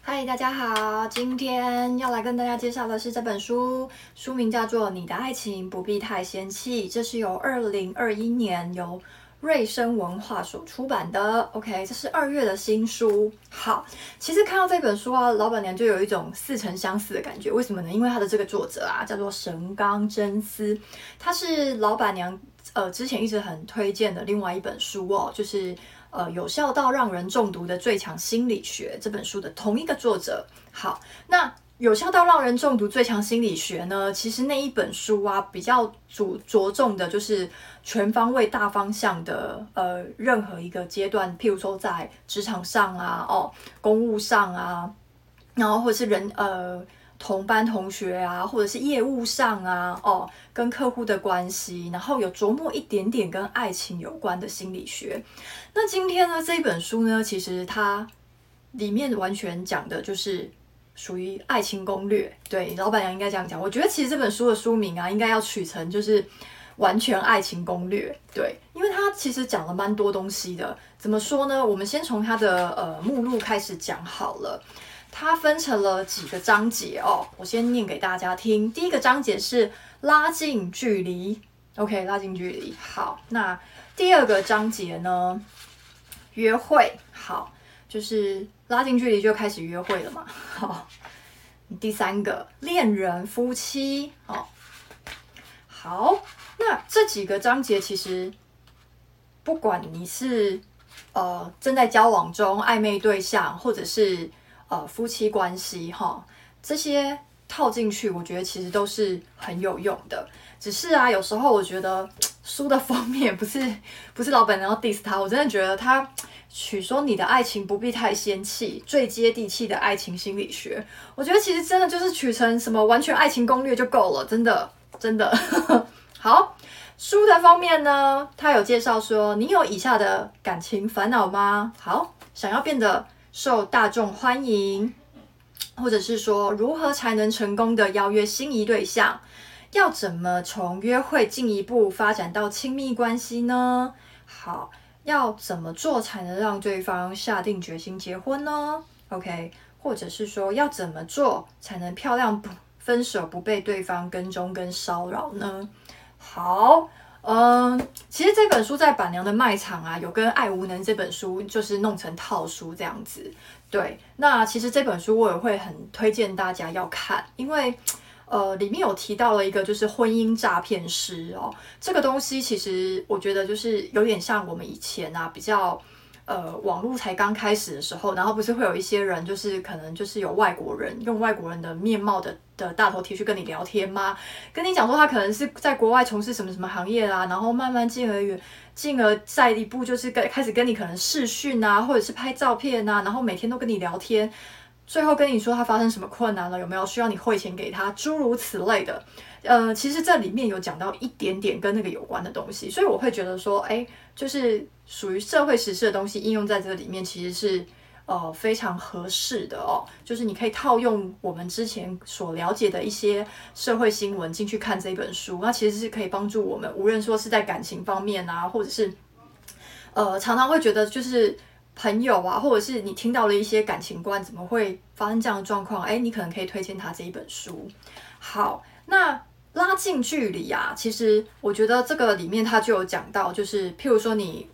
嗨，大家好，今天要来跟大家介绍的是这本书，书名叫做《你的爱情不必太仙气》，这是由2021年由瑞声文化所出版的。OK， 这是2月的新书。好，其实看到这本书啊，老板娘就有一种似曾相识的感觉。为什么呢？因为它的这个作者啊，叫做神冈真司，他是老板娘之前一直很推荐的另外一本书哦，就是有效到让人中毒的最强心理学这本书的同一个作者。好，那有效到让人中毒最强心理学呢，其实那一本书啊，比较着重的就是全方位大方向的任何一个阶段，譬如说在职场上啊，公务上啊，然后或者是同班同学啊，或者是业务上啊，跟客户的关系，然后有琢磨一点点跟爱情有关的心理学。那今天呢，这一本书呢，其实它里面完全讲的就是属于爱情攻略。对，老板娘应该这样讲。我觉得其实这本书的书名啊，应该要取成就是完全爱情攻略。对，因为它其实讲了蛮多东西的。怎么说呢？我们先从它的目录开始讲好了。它分成了几个章节哦，我先念给大家听。第一个章节是拉近距离 ，OK， 拉近距离。好，那第二个章节呢，约会。好，就是拉近距离就开始约会了嘛。好，第三个恋人夫妻。好，那这几个章节其实不管你是正在交往中暧昧对象，或者是夫妻关系这些套进去，我觉得其实都是很有用的。只是啊，有时候我觉得书的封面不是老板娘要 diss 他，我真的觉得他取说你的爱情不必太仙气，最接地气的爱情心理学，我觉得其实真的就是取成什么完全爱情攻略就够了，真的。好，书的方面呢，他有介绍说，你有以下的感情烦恼吗？好，想要变得受大众欢迎，或者是说如何才能成功的邀约心仪对象，要怎么从约会进一步发展到亲密关系呢？好，要怎么做才能让对方下定决心结婚呢？ OK， 或者是说要怎么做才能漂亮分手不被对方跟踪跟骚扰呢？好，其实这本书在板娘的卖场啊，有跟《爱无能》这本书就是弄成套书这样子。对，那其实这本书我也会很推荐大家要看，因为里面有提到了一个就是婚姻诈骗师哦，这个东西其实我觉得就是有点像我们以前啊比较。网络才刚开始的时候，然后不是会有一些人，就是可能就是有外国人用外国人的面貌的大头贴去跟你聊天吗？跟你讲说他可能是在国外从事什么什么行业啦，然后慢慢进而再一步就是开始跟你可能视讯啊，或者是拍照片啊，然后每天都跟你聊天，最后跟你说他发生什么困难了，有没有需要你汇钱给他，诸如此类的。其实这里面有讲到一点点跟那个有关的东西，所以我会觉得说，就是属于社会时事的东西应用在这里面，其实是非常合适的哦。就是你可以套用我们之前所了解的一些社会新闻进去看这本书，那其实是可以帮助我们，无论说是在感情方面啊，或者是常常会觉得就是朋友啊，或者是你听到了一些感情观，怎么会发生这样的状况？你可能可以推荐他这一本书。好，那拉近距离啊，其实我觉得这个里面他就有讲到，就是譬如说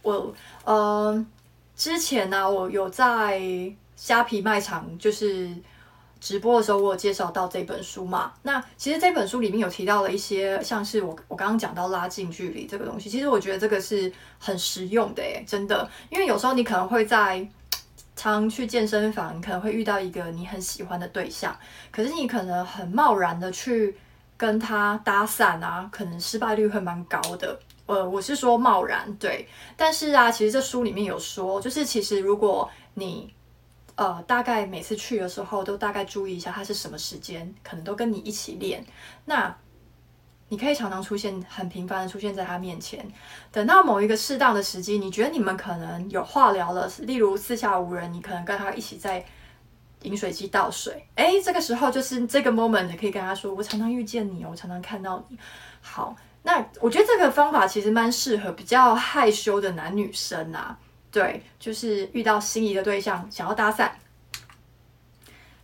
之前呢、我有在虾皮卖场就是直播的时候，我有介绍到这本书嘛。那其实这本书里面有提到了一些，像是我刚刚讲到拉近距离这个东西，其实我觉得这个是很实用的真的，因为有时候你可能会常去健身房，你可能会遇到一个你很喜欢的对象，可是你可能很贸然的去跟他搭讪啊，可能失败率会蛮高的。我是说贸然，对。但是啊，其实这书里面有说，就是其实如果你大概每次去的时候都大概注意一下他是什么时间，可能都跟你一起练，那你可以常常很频繁的出现在他面前。等到某一个适当的时机，你觉得你们可能有话聊了，例如四下无人，你可能跟他一起在饮水机倒水，这个时候就是这个 moment， 你可以跟他说，我常常遇见你，我常常看到你。好，那我觉得这个方法其实蛮适合比较害羞的男女生啊。对，就是遇到心仪的对象，想要搭讪，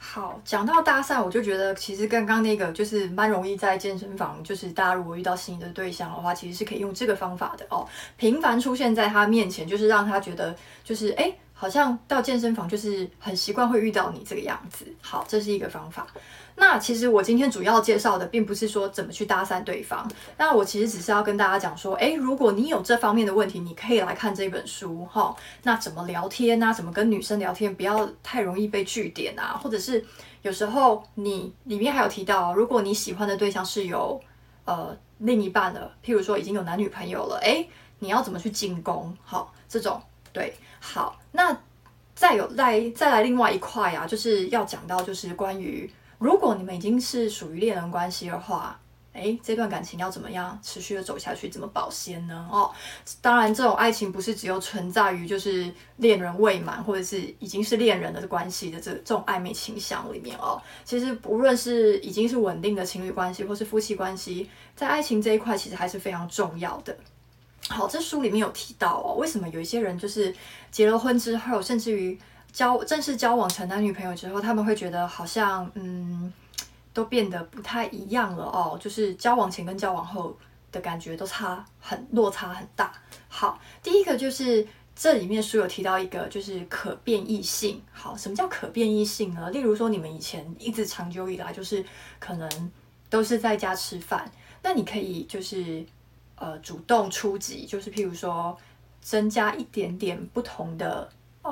好，讲到搭讪，我就觉得其实刚刚那个就是蛮容易在健身房，就是大家如果遇到心仪的对象的话，其实是可以用这个方法的哦。频繁出现在他面前，就是让他觉得就是好像到健身房就是很习惯会遇到你这个样子。好，这是一个方法。那其实我今天主要介绍的并不是说怎么去搭讪对方，那我其实只是要跟大家讲说，如果你有这方面的问题，你可以来看这本书哈。那怎么聊天啊？怎么跟女生聊天，不要太容易被句点啊，或者是有时候你里面还有提到，如果你喜欢的对象是有另一半了，譬如说已经有男女朋友了，你要怎么去进攻？好，这种对，好，那再来另外一块啊，就是要讲到就是关于。如果你们已经是属于恋人关系的话，这段感情要怎么样持续的走下去，怎么保鲜呢？当然，这种爱情不是只有存在于就是恋人未满或者是已经是恋人的关系的这种暧昧倾向里面哦。其实不论是已经是稳定的情侣关系或是夫妻关系，在爱情这一块其实还是非常重要的。好，这书里面有提到为什么有一些人就是结了婚之后，甚至于正式交往成男女朋友之后，他们会觉得好像都变得不太一样了就是交往前跟交往后的感觉都落差很大。好，第一个就是这里面书有提到一个就是可变异性。好，什么叫可变异性呢？例如说你们以前一直长久以来就是可能都是在家吃饭，那你可以就是主动出击，就是譬如说增加一点点不同的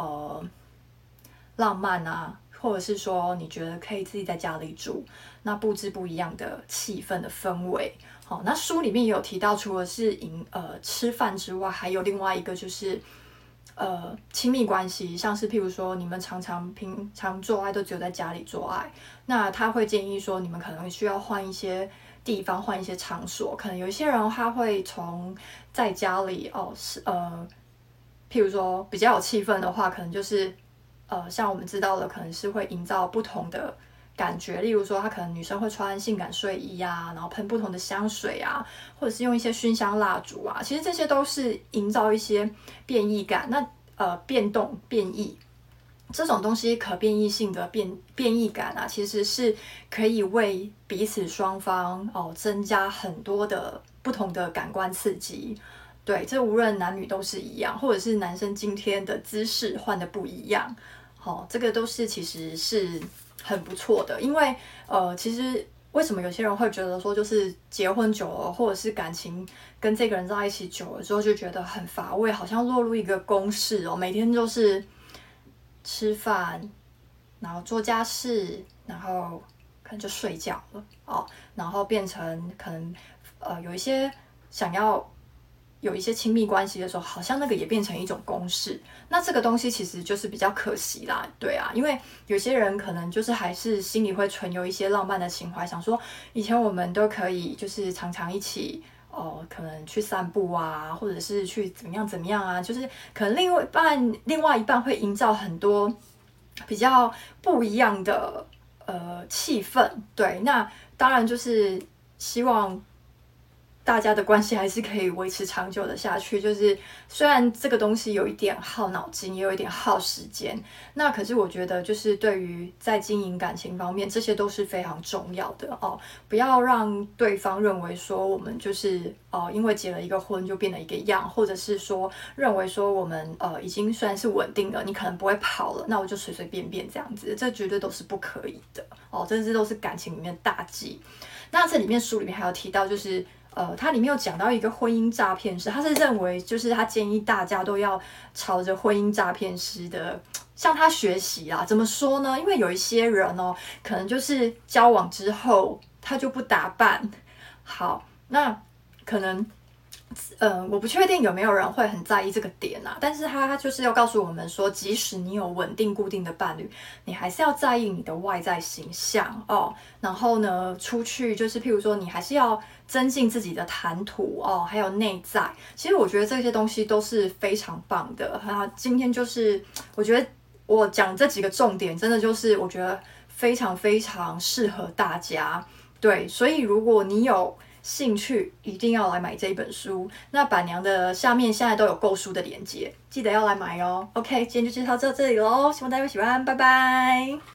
浪漫啊，或者是说你觉得可以自己在家里煮，那布置不一样的气氛的氛围。好，那书里面也有提到，除了是吃饭之外，还有另外一个就是亲密关系，像是譬如说你们平常做爱都只有在家里做爱，那他会建议说你们可能需要换一些地方，换一些场所。可能有一些人他会从在家里譬如说比较有气氛的话，可能就是像我们知道的，可能是会营造不同的感觉，例如说，她可能女生会穿性感睡衣啊，然后喷不同的香水啊，或者是用一些熏香蜡烛啊，其实这些都是营造一些变异感。那变动、变异这种东西，可变异性的变异感啊，其实是可以为彼此双方增加很多的不同的感官刺激。对，这无论男女都是一样，或者是男生今天的姿势换的不一样，这个都是其实是很不错的。因为其实为什么有些人会觉得说，就是结婚久了，或者是感情跟这个人在一起久了之后，就觉得很乏味，好像落入一个公式每天就是吃饭，然后做家事，然后可能就睡觉了然后变成可能有一些想要有一些亲密关系的时候，好像那个也变成一种公式。那这个东西其实就是比较可惜啦，对啊，因为有些人可能就是还是心里会存有一些浪漫的情怀，想说以前我们都可以就是常常一起可能去散步啊，或者是去怎么样啊，就是可能另外一半会营造很多比较不一样的气氛。对，那当然就是希望大家的关系还是可以维持长久的下去，就是虽然这个东西有一点耗脑筋，也有一点耗时间，那可是我觉得就是对于在经营感情方面，这些都是非常重要的不要让对方认为说我们就是因为结了一个婚就变了一个样，或者是说认为说我们已经虽然是稳定了，你可能不会跑了，那我就随随便便这样子，这绝对都是不可以的这都是感情里面的大忌。那这里面书里面还有提到就是它里面有讲到一个婚姻诈骗师，他是认为就是他建议大家都要朝着婚姻诈骗师的向他学习啦。怎么说呢？因为有一些人可能就是交往之后他就不打扮好，那可能我不确定有没有人会很在意这个点啊，但是他就是要告诉我们说，即使你有稳定固定的伴侣，你还是要在意你的外在形象然后呢，出去就是譬如说，你还是要增进自己的谈吐还有内在。其实我觉得这些东西都是非常棒的。今天就是我觉得我讲这几个重点，真的就是我觉得非常非常适合大家。对，所以如果你有兴趣一定要来买这一本书，那板娘的下面现在都有购书的链接，记得要来买哦。OK， 今天就介绍到这里咯，希望大家会喜欢，拜拜。